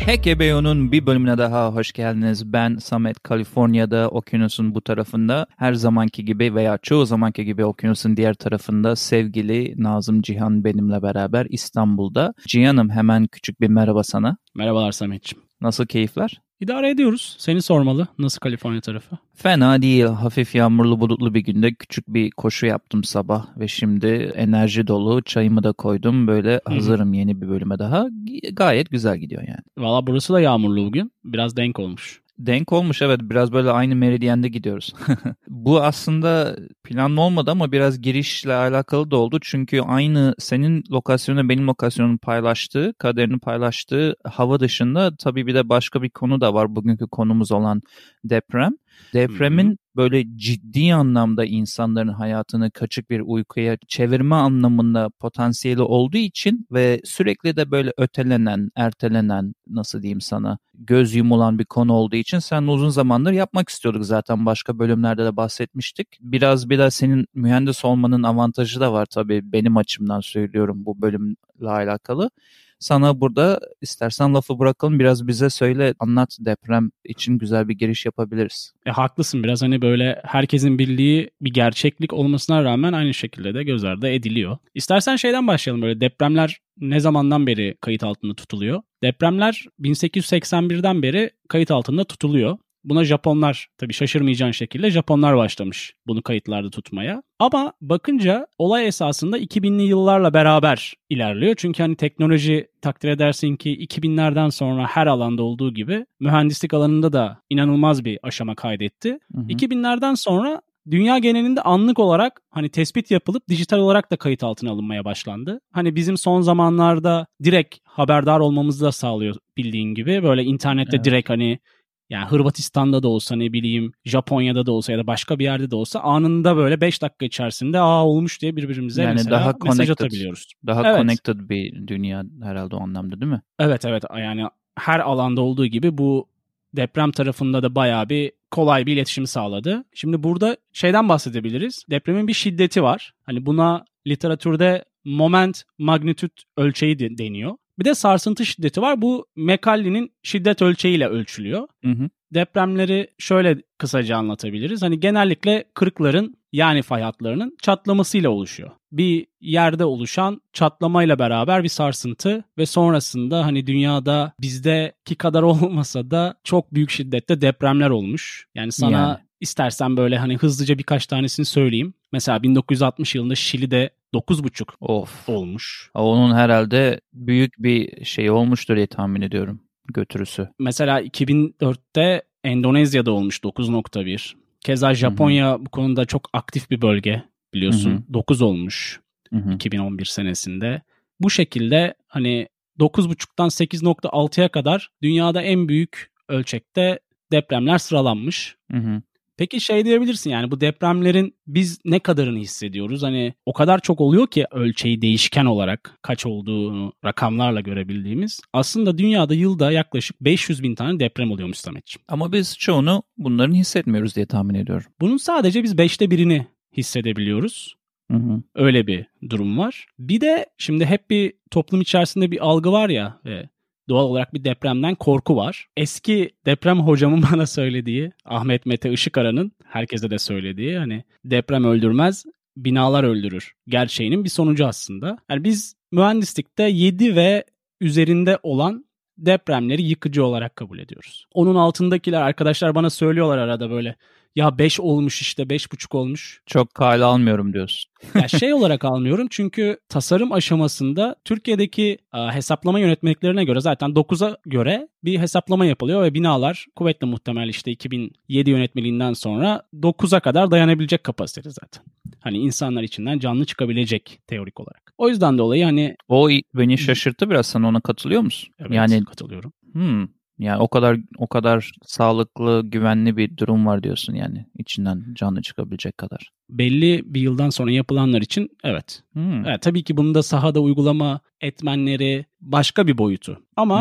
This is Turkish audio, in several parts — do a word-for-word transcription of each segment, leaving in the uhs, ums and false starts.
H K B O'nun bir bölümüne daha hoş geldiniz. Ben Samet, Kaliforniya'da, okyanusun bu tarafında. Her zamanki gibi veya çoğu zamanki gibi okyanusun diğer tarafında sevgili Nazım Cihan benimle beraber İstanbul'da. Cihan'ım, hemen küçük bir merhaba sana. Merhabalar Samet'ciğim. Nasıl, keyifler? İdare ediyoruz. Seni sormalı. Nasıl Kaliforniya tarafı? Fena değil. Hafif yağmurlu bulutlu bir günde küçük bir koşu yaptım sabah ve şimdi enerji dolu, çayımı da koydum. Böyle hazırım yeni bir bölüme daha. Gayet güzel gidiyor yani. Valla burası da yağmurlu bugün. Biraz denk olmuş. Denk olmuş, evet, biraz böyle aynı meridyende gidiyoruz. Bu aslında planlı olmadı ama biraz girişle alakalı da oldu. Çünkü aynı senin lokasyonun benim lokasyonun paylaştığı, kaderini paylaştığı hava dışında tabii bir de başka bir konu da var. Bugünkü konumuz olan deprem. Depremin Hı-hı. böyle ciddi anlamda insanların hayatını kaçık bir uykuya çevirme anlamında potansiyeli olduğu için ve sürekli de böyle ötelenen, ertelenen, nasıl diyeyim sana, göz yumulan bir konu olduğu için sen uzun zamandır yapmak istiyorduk zaten. Başka bölümlerde de bahsetmiştik. Biraz bir de senin mühendis olmanın avantajı da var tabii, benim açımdan söylüyorum bu bölümle alakalı. Sana burada istersen lafı bırakalım, biraz bize söyle, anlat, deprem için güzel bir giriş yapabiliriz. E, haklısın, biraz hani böyle herkesin bildiği bir gerçeklik olmasına rağmen aynı şekilde de göz ardı ediliyor. İstersen şeyden başlayalım, böyle depremler ne zamandan beri kayıt altında tutuluyor? Depremler bin sekiz yüz seksen birden beri kayıt altında tutuluyor. Buna Japonlar, tabii şaşırmayacağın şekilde Japonlar başlamış bunu kayıtlarda tutmaya. Ama bakınca olay esasında iki binli yıllarla beraber ilerliyor. Çünkü hani teknoloji, takdir edersin ki iki binlerden sonra her alanda olduğu gibi mühendislik alanında da inanılmaz bir aşama kaydetti. Hı hı. iki binlerden sonra dünya genelinde anlık olarak hani tespit yapılıp dijital olarak da kayıt altına alınmaya başlandı. Hani bizim son zamanlarda direkt haberdar olmamızı da sağlıyor bildiğin gibi. Böyle internette evet. direkt hani yani Hırvatistan'da da olsa, ne bileyim Japonya'da da olsa ya da başka bir yerde de olsa anında böyle beş dakika içerisinde aa olmuş diye birbirimize yani mesela daha mesaj atabiliyoruz. Daha evet. connected bir dünya herhalde o anlamda, değil mi? Evet evet, yani her alanda olduğu gibi bu deprem tarafında da bayağı bir kolay bir iletişim sağladı. Şimdi burada şeyden bahsedebiliriz. Depremin bir şiddeti var. Hani buna literatürde moment magnitude ölçeği de deniyor. Bir de sarsıntı şiddeti var. Bu Meckelli'nin şiddet ölçeğiyle ölçülüyor. Hı hı. Depremleri şöyle kısaca anlatabiliriz. Hani genellikle kırıkların, yani fay hatlarının çatlamasıyla oluşuyor. Bir yerde oluşan çatlamayla beraber bir sarsıntı ve sonrasında hani dünyada bizdeki kadar olmasa da çok büyük şiddette depremler olmuş. Yani sana yani. istersen böyle hani hızlıca birkaç tanesini söyleyeyim. Mesela bin dokuz yüz altmış yılında Şili'de dokuz buçuk of. olmuş. Onun herhalde büyük bir şey olmuştur diye tahmin ediyorum, götürüsü. Mesela iki bin dörtte Endonezya'da olmuş dokuz nokta bir. Keza Japonya Hı-hı. bu konuda çok aktif bir bölge biliyorsun. Hı-hı. dokuz olmuş Hı-hı. iki bin on bir senesinde. Bu şekilde hani dokuz buçuktan sekiz nokta altıya kadar dünyada en büyük ölçekte depremler sıralanmış. Hı-hı. Peki şey diyebilirsin, yani bu depremlerin biz ne kadarını hissediyoruz? Hani o kadar çok oluyor ki ölçeği değişken olarak kaç olduğunu rakamlarla görebildiğimiz. Aslında dünyada yılda yaklaşık beş yüz bin tane deprem oluyormuş Sametciğim. Ama biz çoğunu bunların hissetmiyoruz diye tahmin ediyorum. Bunun sadece biz beşte birini hissedebiliyoruz. Hı hı. Öyle bir durum var. Bir de şimdi hep bir toplum içerisinde bir algı var ya ve doğal olarak bir depremden korku var. Eski deprem hocamın bana söylediği, Ahmet Mete Işıkara'nın herkese de söylediği, hani deprem öldürmez, binalar öldürür gerçeğinin bir sonucu aslında. Yani biz mühendislikte yedi ve üzerinde olan depremleri yıkıcı olarak kabul ediyoruz. Onun altındakiler arkadaşlar bana söylüyorlar arada böyle, ya beş olmuş işte, beş buçuk olmuş. Çok kale almıyorum diyorsun. Ya şey olarak almıyorum çünkü tasarım aşamasında Türkiye'deki a, hesaplama yönetmeliklerine göre zaten dokuza göre bir hesaplama yapılıyor ve binalar kuvvetle muhtemel işte iki bin yedi yönetmeliğinden sonra dokuza kadar dayanabilecek kapasitede zaten. Hani insanlar içinden canlı çıkabilecek teorik olarak. O yüzden dolayı hani... O beni şaşırttı biraz, sen ona katılıyor musun? Evet, yani... katılıyorum. Hmm. Yani o kadar o kadar sağlıklı, güvenli bir durum var diyorsun yani, içinden canlı çıkabilecek kadar. Belli bir yıldan sonra yapılanlar için evet. Hmm. Evet, tabii ki bunun da sahada uygulama etmenleri başka bir boyutu. Ama hı hı.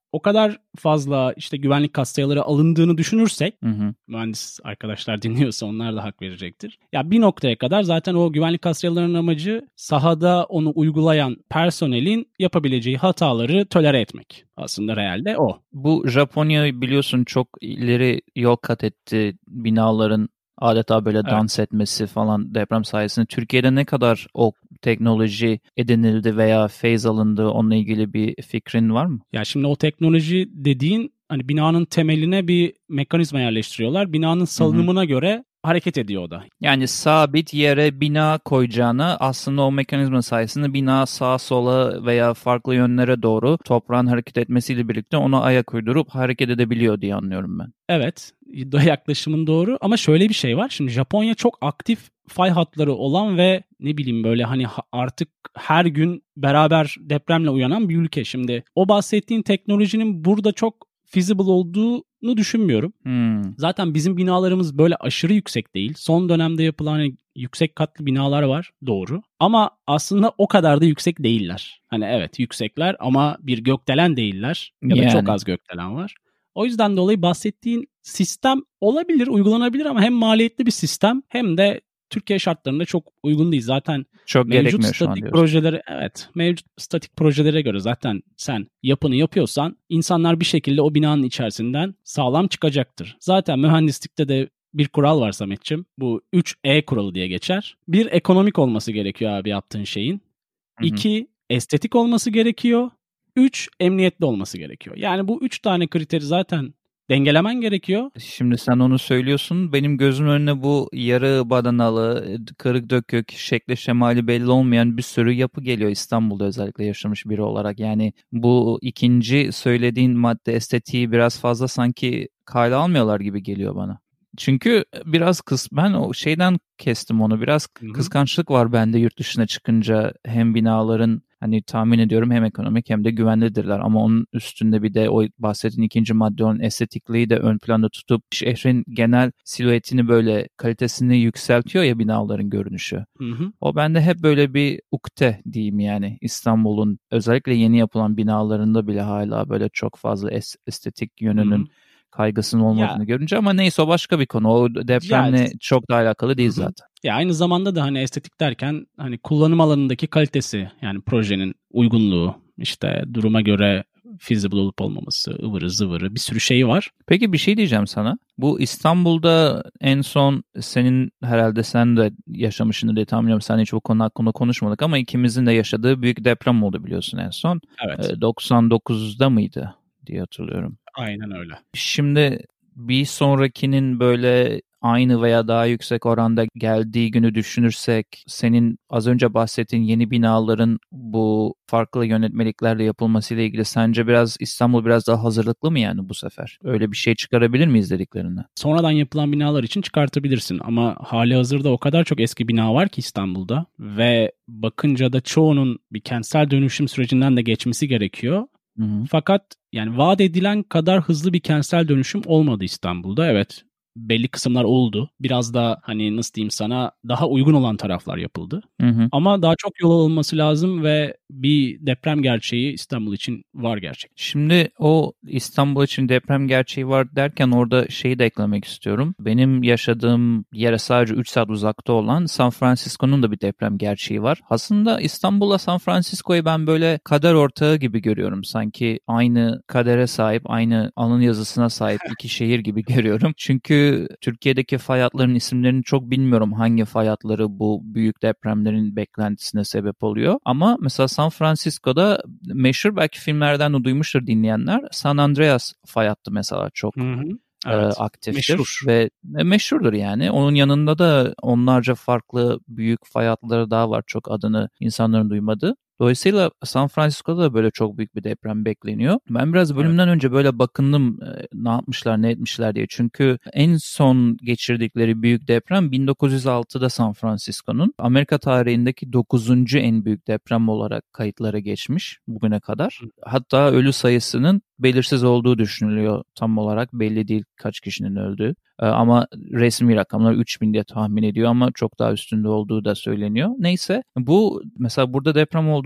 o kadar fazla işte güvenlik katsayıları alındığını düşünürsek, Hı hı. mühendis arkadaşlar dinliyorsa onlar da hak verecektir. Ya bir noktaya kadar zaten o güvenlik katsayılarının amacı sahada onu uygulayan personelin yapabileceği hataları tolere etmek. Aslında realde o. Bu Japonya biliyorsun çok ileri yol kat etti, binaların adeta böyle Evet. dans etmesi falan deprem sayesinde. Türkiye'de ne kadar o teknoloji edinildi veya feyz alındı, onunla ilgili bir fikrin var mı? Ya şimdi o teknoloji dediğin, hani binanın temeline bir mekanizma yerleştiriyorlar. Binanın salınımına göre hareket ediyor o da. Yani sabit yere bina koyacağına aslında o mekanizma sayesinde bina sağa sola veya farklı yönlere doğru toprağın hareket etmesiyle birlikte ona ayak uydurup hareket edebiliyor diye anlıyorum ben. Evet, yaklaşımın doğru ama şöyle bir şey var. Şimdi Japonya çok aktif fay hatları olan ve ne bileyim böyle hani artık her gün beraber depremle uyanan bir ülke. Şimdi o bahsettiğin teknolojinin burada çok feasible olduğunu düşünmüyorum. Hmm. Zaten bizim binalarımız böyle aşırı yüksek değil. Son dönemde yapılan hani yüksek katlı binalar var, doğru. Ama aslında o kadar da yüksek değiller. Hani evet yüksekler ama bir gökdelen değiller ya da Yani. çok az gökdelen var. O yüzden dolayı bahsettiğin sistem olabilir, uygulanabilir ama hem maliyetli bir sistem hem de Türkiye şartlarında çok uygun değil. Zaten çok mevcut şu an statik projeleri, evet, mevcut statik projelere göre zaten sen yapını yapıyorsan insanlar bir şekilde o binanın içerisinden sağlam çıkacaktır. Zaten mühendislikte de bir kural var Samet'ciğim. Bu üç E kuralı diye geçer. Bir, ekonomik olması gerekiyor abi yaptığın şeyin. Hı hı. İki, estetik olması gerekiyor. Üç, emniyetli olması gerekiyor. Yani bu üç tane kriteri zaten dengelemen gerekiyor. Şimdi sen onu söylüyorsun. Benim gözümün önüne bu yarı badanalı, kırık dökük, şekli şemali belli olmayan bir sürü yapı geliyor İstanbul'da, özellikle yaşamış biri olarak. Yani bu ikinci söylediğin madde estetiği biraz fazla sanki kale almıyorlar gibi geliyor bana. Çünkü biraz kıs ben o şeyden kestim onu. Biraz Hı hı. kıskançlık var bende yurt dışına çıkınca. Hem binaların hani tahmin ediyorum hem ekonomik hem de güvenlidirler. Ama onun üstünde bir de o bahsettiğin ikinci madde olan estetikliği de ön planda tutup şehrin genel silüetini, böyle kalitesini yükseltiyor ya binaların görünüşü. Hı hı. O bende hep böyle bir ukde diyeyim yani. İstanbul'un özellikle yeni yapılan binalarında bile hala böyle çok fazla es- estetik yönünün Hı hı. kaygısının olmadığını Ya, görünce, ama neyse o başka bir konu. O depremle ya, çok da alakalı değil Hı hı. zaten. Ya aynı zamanda da hani estetik derken hani kullanım alanındaki kalitesi, yani projenin uygunluğu, işte duruma göre feasible olup olmaması, ıvırı zıvırı bir sürü şey var. Peki bir şey diyeceğim sana. Bu İstanbul'da en son senin, herhalde sen de yaşamışsın diye tahmin ediyorum. Sen hiç bu konu hakkında konuşmadık ama ikimizin de yaşadığı büyük deprem oldu biliyorsun en son. Evet. Ee, doksan dokuzda mıydı diye hatırlıyorum. Aynen öyle. Şimdi bir sonrakinin böyle aynı veya daha yüksek oranda geldiği günü düşünürsek, senin az önce bahsettiğin yeni binaların bu farklı yönetmeliklerle yapılmasıyla ilgili sence biraz İstanbul biraz daha hazırlıklı mı yani bu sefer? Öyle bir şey çıkarabilir miyiz dediklerinden? Sonradan yapılan binalar için çıkartabilirsin ama hali hazırda o kadar çok eski bina var ki İstanbul'da ve bakınca da çoğunun bir kentsel dönüşüm sürecinden de geçmesi gerekiyor. Hı hı. Fakat yani vaat edilen kadar hızlı bir kentsel dönüşüm olmadı İstanbul'da. Evet, belli kısımlar oldu. Biraz da hani nasıl diyeyim sana, daha uygun olan taraflar yapıldı. Hı hı. Ama daha çok yol alınması lazım ve bir deprem gerçeği İstanbul için var gerçekten. Şimdi o İstanbul için deprem gerçeği var derken orada şeyi de eklemek istiyorum. Benim yaşadığım yere sadece üç saat uzakta olan San Francisco'nun da bir deprem gerçeği var. Aslında İstanbul'la San Francisco'yu ben böyle kader ortağı gibi görüyorum. Sanki aynı kadere sahip, aynı alın yazısına sahip iki şehir gibi görüyorum. Çünkü Türkiye'deki fay hatlarının isimlerini çok bilmiyorum, hangi fay hatları bu büyük depremlerin beklentisine sebep oluyor. Ama mesela San Francisco'da meşhur, belki filmlerden de duymuştur dinleyenler, San Andreas fay hattı mesela çok Hı hı. e, Evet. aktiftir. Meşhur. Ve e, meşhurdur yani. Onun yanında da onlarca farklı büyük fay hatları daha var, çok adını insanların duymadığı. Dolayısıyla San Francisco'da da böyle çok büyük bir deprem bekleniyor. Ben biraz bölümden evet. önce böyle bakındım e, ne yapmışlar ne etmişler diye. Çünkü en son geçirdikleri büyük deprem bin dokuz yüz altıda San Francisco'nun Amerika tarihindeki dokuzuncu en büyük deprem olarak kayıtlara geçmiş bugüne kadar. Hatta ölü sayısının belirsiz olduğu düşünülüyor. Tam olarak belli değil kaç kişinin öldüğü. Ama resmi rakamlar üç bin diye tahmin ediyor ama çok daha üstünde olduğu da söyleniyor. Neyse, bu mesela burada deprem olduğu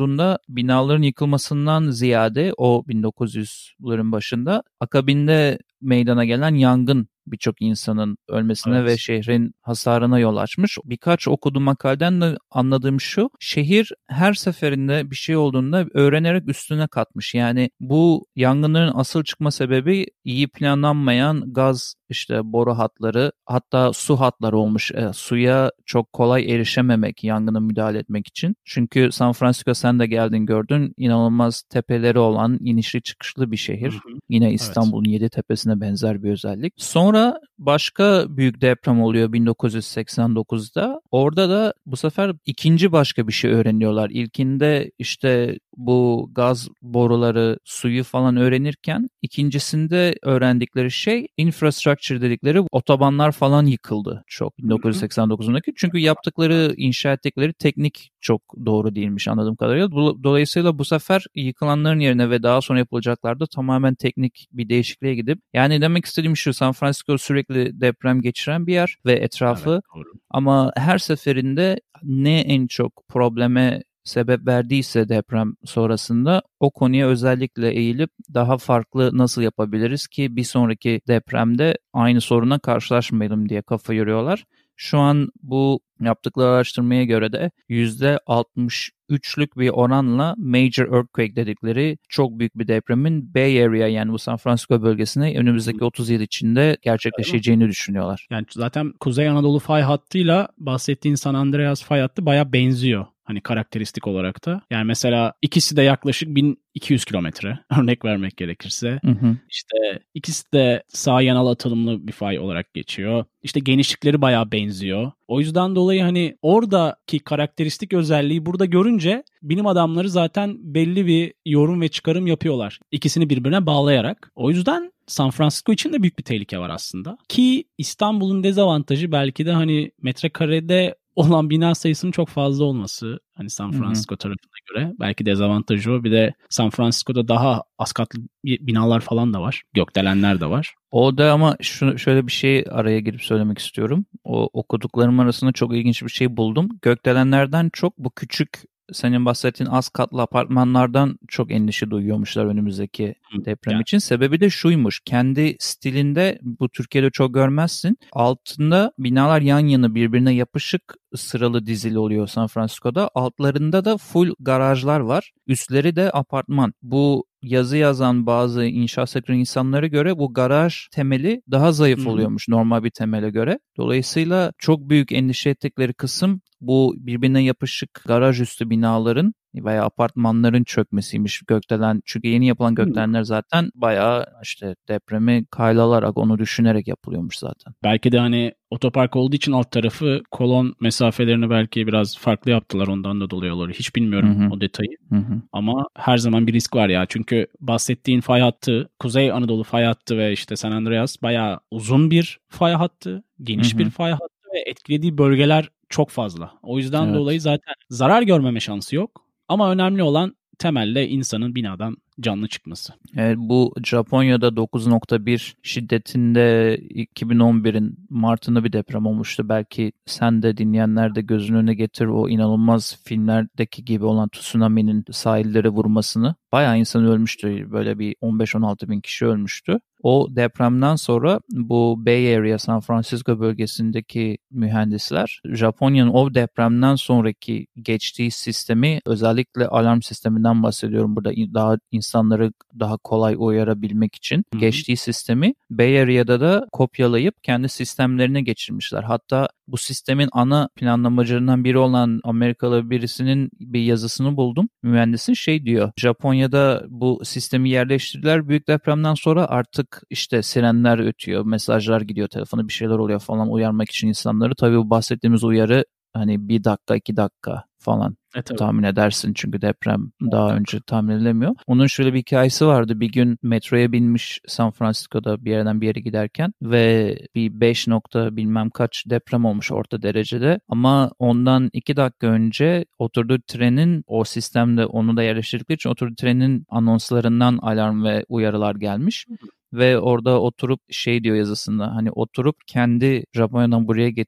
olduğunda binaların yıkılmasından ziyade o bin dokuz yüzlerin başında akabinde meydana gelen yangın birçok insanın ölmesine Evet. ve şehrin hasarına yol açmış. Birkaç okuduğum makaleden de anladığım şu, şehir her seferinde bir şey olduğunda öğrenerek üstüne katmış. Yani bu yangınların asıl çıkma sebebi iyi planlanmayan gaz işte boru hatları, hatta su hatları olmuş. E, suya çok kolay erişememek yangına müdahale etmek için. Çünkü San Francisco, sen de geldin gördün, inanılmaz tepeleri olan inişli çıkışlı bir şehir. Hı hı. Yine İstanbul'un evet. Yeditepe'sine benzer bir özellik. Sonra başka büyük deprem oluyor bin dokuz yüz seksen dokuzda. Orada da bu sefer ikinci başka bir şey öğreniyorlar. İlkinde işte bu gaz boruları, suyu falan öğrenirken ikincisinde öğrendikleri şey infrastructure dedikleri otobanlar falan yıkıldı çok bin dokuz yüz seksen dokuzundaki. Çünkü yaptıkları, inşa ettikleri teknik çok doğru değilmiş anladığım kadarıyla. Dolayısıyla bu sefer yıkılanların yerine ve daha sonra yapılacaklarda tamamen teknik bir değişikliğe gidip, yani demek istediğim şu, San Francisco sürekli deprem geçiren bir yer ve etrafı, evet, ama her seferinde ne en çok probleme sebep verdiyse deprem sonrasında o konuya özellikle eğilip daha farklı nasıl yapabiliriz ki bir sonraki depremde aynı soruna karşılaşmayalım diye kafa yoruyorlar. Şu an bu yaptıkları araştırmaya göre de yüzde altmış üçlük bir oranla major earthquake dedikleri çok büyük bir depremin Bay Area, yani bu San Francisco bölgesine önümüzdeki otuz yıl içinde gerçekleşeceğini düşünüyorlar. Yani zaten Kuzey Anadolu fay hattıyla bahsettiğin San Andreas fay hattı bayağı benziyor. Hani karakteristik olarak da. Yani mesela ikisi de yaklaşık bin iki yüz kilometre örnek vermek gerekirse. Hı hı. İşte ikisi de sağ yanal atılımlı bir fay olarak geçiyor. İşte genişlikleri bayağı benziyor. O yüzden dolayı hani oradaki karakteristik özelliği burada görünce bilim adamları zaten belli bir yorum ve çıkarım yapıyorlar. İkisini birbirine bağlayarak. O yüzden San Francisco için de büyük bir tehlike var aslında. Ki İstanbul'un dezavantajı belki de hani metrekarede olan bina sayısının çok fazla olması. Hani San Francisco, hı hı, tarafına göre belki dezavantajı o. Bir de San Francisco'da daha az katlı binalar falan da var. Gökdelenler de var. O da ama şu, şöyle bir şey araya girip söylemek istiyorum. O okuduklarım arasında çok ilginç bir şey buldum. Gökdelenlerden çok bu küçük, senin bahsettiğin az katlı apartmanlardan çok endişe duyuyormuşlar önümüzdeki deprem yani için. Sebebi de şuymuş. Kendi stilinde, bu Türkiye'de çok görmezsin, altında binalar yan yana birbirine yapışık sıralı dizili oluyor San Francisco'da. Altlarında da full garajlar var. Üstleri de apartman. Bu yazı yazan bazı inşaat sektörü insanlara göre bu garaj temeli daha zayıf, hı-hı, oluyormuş normal bir temele göre. Dolayısıyla çok büyük endişe ettikleri kısım bu birbirine yapışık garaj üstü binaların veya apartmanların çökmesiymiş gökdelen. Çünkü yeni yapılan gökdelenler zaten bayağı işte depremi kaylalarak, onu düşünerek yapılıyormuş zaten. Belki de hani otopark olduğu için alt tarafı kolon mesafelerini belki biraz farklı yaptılar, ondan da dolayı olur. Hiç bilmiyorum, hı hı, o detayı. Hı hı. Ama her zaman bir risk var ya. Çünkü bahsettiğin fay hattı, Kuzey Anadolu fay hattı ve işte San Andreas bayağı uzun bir fay hattı, geniş, hı hı, bir fay hattı ve etkilediği bölgeler çok fazla. O yüzden, evet, dolayı zaten zarar görmeme şansı yok. Ama önemli olan temelde insanın binadan canlı çıkması. Evet, bu Japonya'da dokuz nokta bir şiddetinde iki bin on birin Mart'ında bir deprem olmuştu. Belki sen de, dinleyenler de gözünün önüne getir o inanılmaz filmlerdeki gibi olan tsunami'nin sahillere vurmasını. Bayağı insan ölmüştü. Böyle bir on beş on altı bin kişi ölmüştü. O depremden sonra bu Bay Area, San Francisco bölgesindeki mühendisler Japonya'nın o depremden sonraki geçtiği sistemi, özellikle alarm sisteminden bahsediyorum burada, daha insanları daha kolay uyarabilmek için, hı-hı, geçtiği sistemi Bay Area'da da kopyalayıp kendi sistemlerine geçirmişler. Hatta bu sistemin ana planlamacılarından biri olan Amerikalı birisinin bir yazısını buldum. Mühendisin şey diyor, Japonya'da bu sistemi yerleştirdiler büyük depremden sonra, artık işte sirenler ötüyor, mesajlar gidiyor telefona, bir şeyler oluyor falan uyarmak için insanları. Tabii bu bahsettiğimiz uyarı hani bir dakika iki dakika falan e, tahmin edersin çünkü deprem daha evet. önce tahmin edilemiyor. Onun şöyle bir hikayesi vardı. Bir gün metroya binmiş San Francisco'da bir yerden bir yere giderken ve bir beş nokta bilmem kaç deprem olmuş orta derecede, ama ondan iki dakika önce oturduğu trenin, o sistemde onu da yerleştirdikleri için oturduğu trenin anonslarından alarm ve uyarılar gelmiş. Ve orada oturup şey diyor yazısında, hani oturup kendi Japonya'dan buraya getirip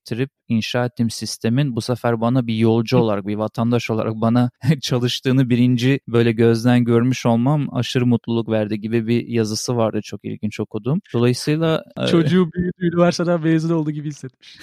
inşa ettiğim sistemin bu sefer bana bir yolcu olarak, bir vatandaş olarak bana çalıştığını birinci böyle gözden görmüş olmam aşırı mutluluk verdi gibi bir yazısı vardı, çok ilginç okudum. Dolayısıyla çocuğu büyüdü, üniversiteden mezun oldu gibi hissetmiş.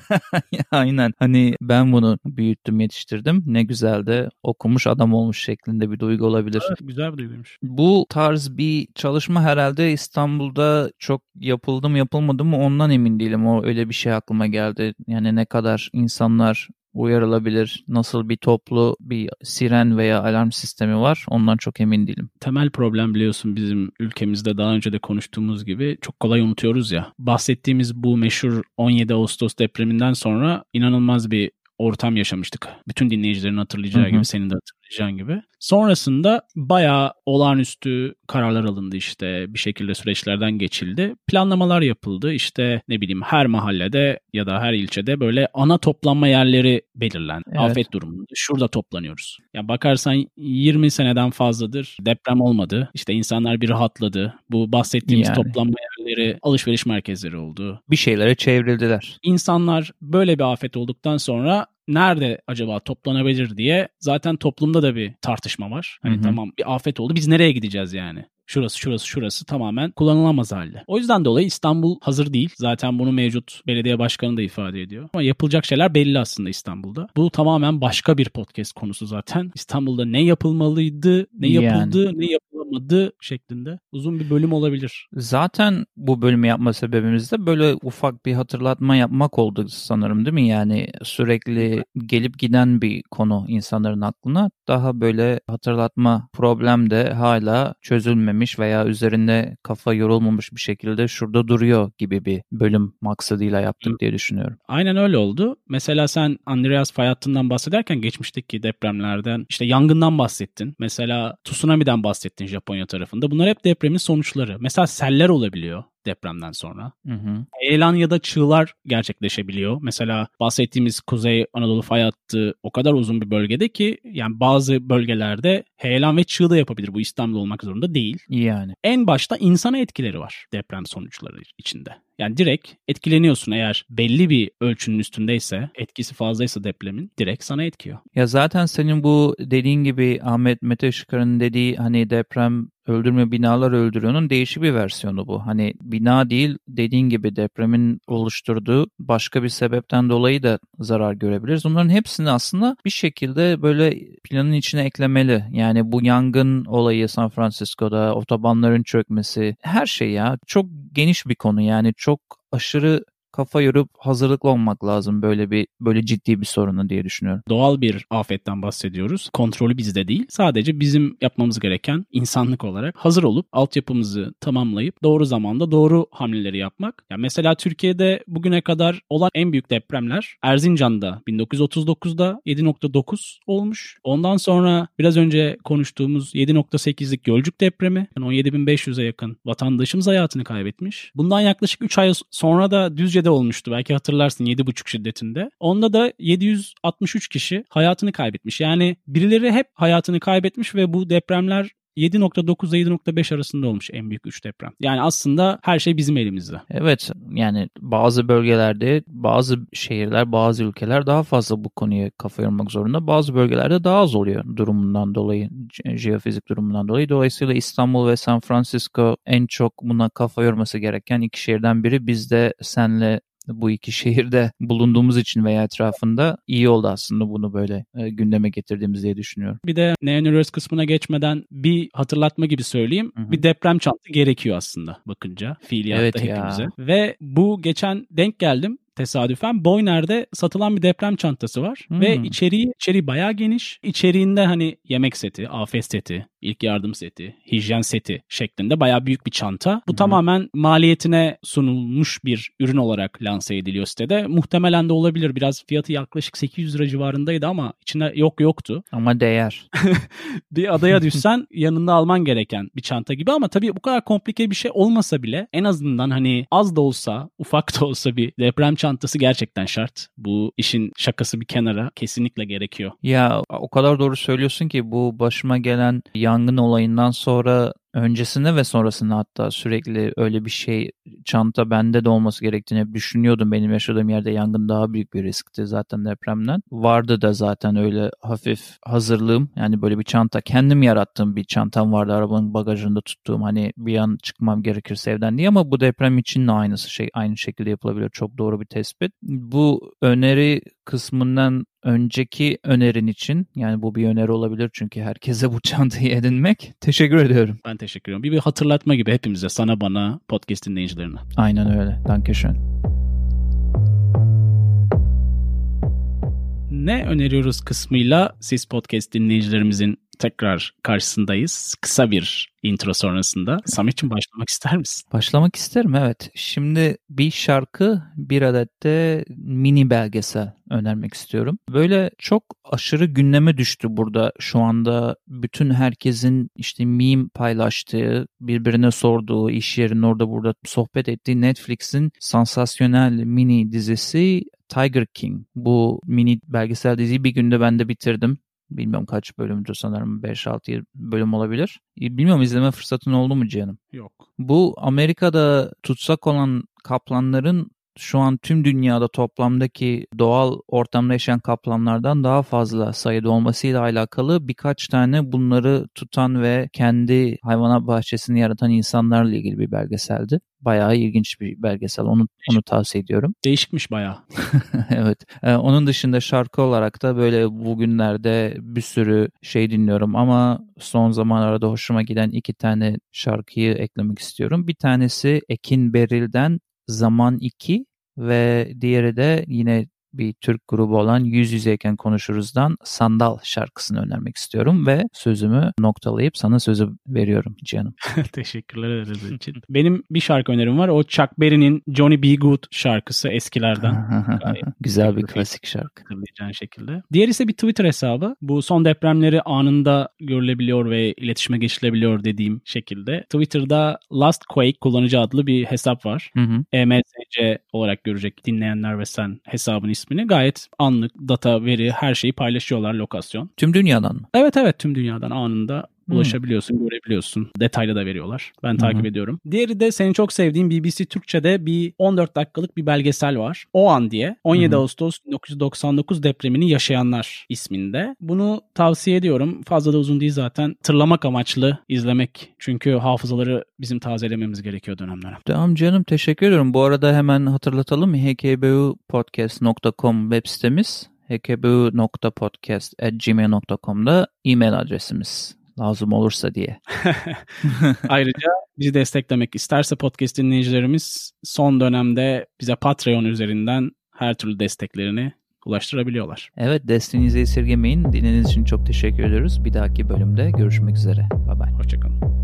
Aynen. Hani ben bunu büyüttüm, yetiştirdim. Ne güzel de okumuş adam olmuş şeklinde bir duygu olabilir. Evet, güzel bir duyguymuş. Bu tarz bir çalışma herhalde İstanbul'da çok yapıldı mı yapılmadı mı ondan emin değilim. O öyle bir şey aklıma geldi. Yani ne kadar insanlar uyarılabilir, nasıl bir toplu bir siren veya alarm sistemi var, ondan çok emin değilim. Temel problem biliyorsun bizim ülkemizde daha önce de konuştuğumuz gibi çok kolay unutuyoruz ya. Bahsettiğimiz bu meşhur on yedi Ağustos depreminden sonra inanılmaz bir ortam yaşamıştık. Bütün dinleyicilerin hatırlayacağı hı hı. gibi, senin de hatırlayacağın gibi. Sonrasında bayağı olağanüstü kararlar alındı işte. Bir şekilde süreçlerden geçildi. Planlamalar yapıldı. İşte ne bileyim her mahallede ya da her ilçede böyle ana toplanma yerleri belirlendi. Evet. Afet durumunda. Şurada toplanıyoruz. Ya bakarsan yirmi seneden fazladır deprem olmadı. İşte insanlar bir rahatladı. Bu bahsettiğimiz yani. Toplanma yerleri alışveriş merkezleri oldu. Bir şeylere çevrildiler. İnsanlar böyle bir afet olduktan sonra nerede acaba toplanabilir diye zaten toplumda da bir tartışma var. Hani hı hı. Tamam bir afet oldu, biz nereye gideceğiz yani? Şurası şurası şurası tamamen kullanılamaz halde. O yüzden dolayı İstanbul hazır değil. Zaten bunu mevcut belediye başkanı da ifade ediyor. Ama yapılacak şeyler belli aslında İstanbul'da. Bu tamamen başka bir podcast konusu zaten. İstanbul'da ne yapılmalıydı, ne yapıldı, yani. ne yapılamadı şeklinde uzun bir bölüm olabilir. Zaten bu bölümü yapma sebebimiz de böyle ufak bir hatırlatma yapmak oldu sanırım, değil mi? Yani sürekli gelip giden bir konu insanların aklına. Daha böyle hatırlatma problem de hala çözülmemiş veya üzerinde kafa yorulmamış bir şekilde şurada duruyor gibi bir bölüm maksadıyla yaptık diye düşünüyorum. Aynen öyle oldu. Mesela sen Andreas fay hattından bahsederken geçmişteki depremlerden, işte yangından bahsettin. Mesela tsunami'den bahsettin Japonya tarafında. Bunlar hep depremin sonuçları. Mesela seller olabiliyor depremden sonra. Hı hı. Heyelan ya da çığlar gerçekleşebiliyor. Mesela bahsettiğimiz Kuzey Anadolu fay hattı o kadar uzun bir bölgede ki yani bazı bölgelerde heyelan ve çığ da yapabilir. Bu İstanbul olmak zorunda değil. Yani. En başta insana etkileri var deprem sonuçları içinde. Yani direkt etkileniyorsun eğer belli bir ölçünün üstündeyse, etkisi fazlaysa depremin direkt sana etkiyor. Ya zaten senin bu dediğin gibi Ahmet Mete Işıklar'ın dediği hani deprem öldürme binalar öldürüyor'nun değişik bir versiyonu bu. Hani bina değil, dediğin gibi depremin oluşturduğu başka bir sebepten dolayı da zarar görebiliriz. Bunların hepsini aslında bir şekilde böyle planın içine eklemeli. Yani bu yangın olayı San Francisco'da, otobanların çökmesi, her şey ya çok geniş bir konu. Yani çok aşırı kafa yorup hazırlıklı olmak lazım böyle bir böyle ciddi bir sorunu diye düşünüyorum. Doğal bir afetten bahsediyoruz. Kontrolü bizde değil. Sadece bizim yapmamız gereken insanlık olarak hazır olup altyapımızı tamamlayıp doğru zamanda doğru hamleleri yapmak. Yani mesela Türkiye'de bugüne kadar olan en büyük depremler Erzincan'da bin dokuz yüz otuz dokuzda yedi nokta dokuz olmuş. Ondan sonra biraz önce konuştuğumuz yedi nokta sekizlik Gölcük depremi. Yani on yedi bin beş yüze yakın vatandaşımız hayatını kaybetmiş. Bundan yaklaşık üç ay sonra da Düzce'de olmuştu. Belki hatırlarsın, yedi buçuk şiddetinde. Onda da yedi yüz altmış üç kişi hayatını kaybetmiş. Yani birileri hep hayatını kaybetmiş ve bu depremler yedi nokta dokuz ile yedi nokta beş arasında olmuş en büyük üç deprem. Yani aslında her şey bizim elimizde. Evet, yani bazı bölgelerde, bazı şehirler, bazı ülkeler daha fazla bu konuya kafa yormak zorunda. Bazı bölgelerde daha az oluyor durumundan dolayı, jeofizik durumundan dolayı. Dolayısıyla İstanbul ve San Francisco en çok buna kafa yorması gereken iki şehirden biri. Biz de senle bu iki şehirde bulunduğumuz için veya etrafında iyi oldu aslında bunu böyle e, gündeme getirdiğimiz diye düşünüyorum. Bir de ne öneriyoruz kısmına geçmeden bir hatırlatma gibi söyleyeyim. Hı hı. Bir deprem çantası gerekiyor aslında bakınca fiiliyatta evet hepimize. Ya. Ve bu geçen denk geldim. Tesadüfen Boyner'de satılan bir deprem çantası var hmm. ve içeriği içeriği bayağı geniş. İçeriğinde hani yemek seti, afet seti, ilk yardım seti, hijyen seti şeklinde bayağı büyük bir çanta. Bu hmm. tamamen maliyetine sunulmuş bir ürün olarak lanse ediliyor sitede. Muhtemelen de olabilir. Biraz fiyatı yaklaşık sekiz yüz lira civarındaydı ama içinde yok yoktu. Ama değer. Bir adaya düşsen yanında alman gereken bir çanta gibi ama tabii bu kadar komplike bir şey olmasa bile en azından hani az da olsa, ufak da olsa bir deprem çantası çantası gerçekten şart. Bu işin şakası bir kenara kesinlikle gerekiyor. Ya o kadar doğru söylüyorsun ki bu başıma gelen yangın olayından sonra öncesinde ve sonrasında hatta sürekli öyle bir şey, çanta bende de olması gerektiğini hep düşünüyordum. Benim yaşadığım yerde yangın daha büyük bir riskti zaten depremden. Vardı da zaten öyle hafif hazırlığım. Yani böyle bir çanta, kendim yarattığım bir çantam vardı arabanın bagajında tuttuğum, hani bir an çıkmam gerekirse evden diye, ama bu deprem için de aynısı şey aynı şekilde yapılabilir. Çok doğru bir tespit. Bu öneri kısmından önceki önerin için, yani bu bir öneri olabilir çünkü herkese bu çantayı edinmek. Teşekkür ediyorum. Ben teşekkür ediyorum. Bir, bir hatırlatma gibi hepimize, sana, bana, podcast dinleyicilerine. Aynen öyle. Dankeschön. Ne öneriyoruz kısmıyla siz podcast dinleyicilerimizin tekrar karşısındayız. Kısa bir intro sonrasında. Samet'ciğim, başlamak ister misin? Başlamak isterim, evet. Şimdi bir şarkı, bir adet de mini belgesel önermek istiyorum. Böyle çok aşırı gündeme düştü burada şu anda. Bütün herkesin işte meme paylaştığı, birbirine sorduğu, iş yerinin orada burada sohbet ettiği Netflix'in sansasyonel mini dizisi Tiger King. Bu mini belgesel diziyi bir günde ben de bitirdim. Bilmiyorum kaç bölümdür, sanırım beş altı bölüm olabilir. Bilmiyorum, izleme fırsatın oldu mu Cihan'ım? Yok. Bu Amerika'da tutsak olan kaplanların şu an tüm dünyada toplamdaki doğal ortamda yaşayan kaplanlardan daha fazla sayıda olmasıyla alakalı birkaç tane bunları tutan ve kendi hayvanat bahçesini yaratan insanlarla ilgili bir belgeseldi. Bayağı ilginç bir belgesel. Onu onu tavsiye ediyorum. Değişikmiş bayağı. Evet. Ee, onun dışında şarkı olarak da böyle bugünlerde bir sürü şey dinliyorum ama son zamanlarda hoşuma giden iki tane şarkıyı eklemek istiyorum. Bir tanesi Ekin Beril'den Zaman iki ve diğeri de yine bir Türk grubu olan Yüz Yüzeyken Konuşuruz'dan Sandal şarkısını önermek istiyorum ve sözümü noktalayıp sana sözü veriyorum Cihan'ım. Teşekkürler ederiz için. Benim bir şarkı önerim var. O Chuck Berry'nin Johnny B. Good şarkısı eskilerden. Güzel bir klasik şarkı. Hatırlayacağın şekilde. Diğer ise bir Twitter hesabı. Bu son depremleri anında görülebiliyor ve iletişime geçilebiliyor dediğim şekilde. Twitter'da Last Quake kullanıcı adlı bir hesap var. Hı hı. E M S C olarak görecek dinleyenler ve sen hesabın ismini. Gayet anlık data, veri, her şeyi paylaşıyorlar, lokasyon. Tüm dünyadan mı? Evet evet tüm dünyadan anında Hmm. ulaşabiliyorsun, görebiliyorsun. Detaylı da veriyorlar. Ben Hı-hı. takip ediyorum. Diğeri de senin çok sevdiğin B B C Türkçe'de bir on dört dakikalık bir belgesel var. O An diye. on yedi Hı-hı. Ağustos bin dokuz yüz doksan dokuz depremini yaşayanlar isminde. Bunu tavsiye ediyorum. Fazla da uzun değil zaten. Tırlamak amaçlı izlemek. Çünkü hafızaları bizim tazelememiz gerekiyor dönemlere. Tamam canım, teşekkür ediyorum. Bu arada hemen hatırlatalım. h k b u podcast nokta com web sitemiz. h k b u nokta podcast at gmail nokta com'da e-mail adresimiz. Lazım olursa diye. Ayrıca bizi desteklemek isterse podcast dinleyicilerimiz son dönemde bize Patreon üzerinden her türlü desteklerini ulaştırabiliyorlar. Evet, desteğinizi esirgemeyin. Dinlediğiniz için çok teşekkür ediyoruz. Bir dahaki bölümde görüşmek üzere. Bye bye. Hoşçakalın.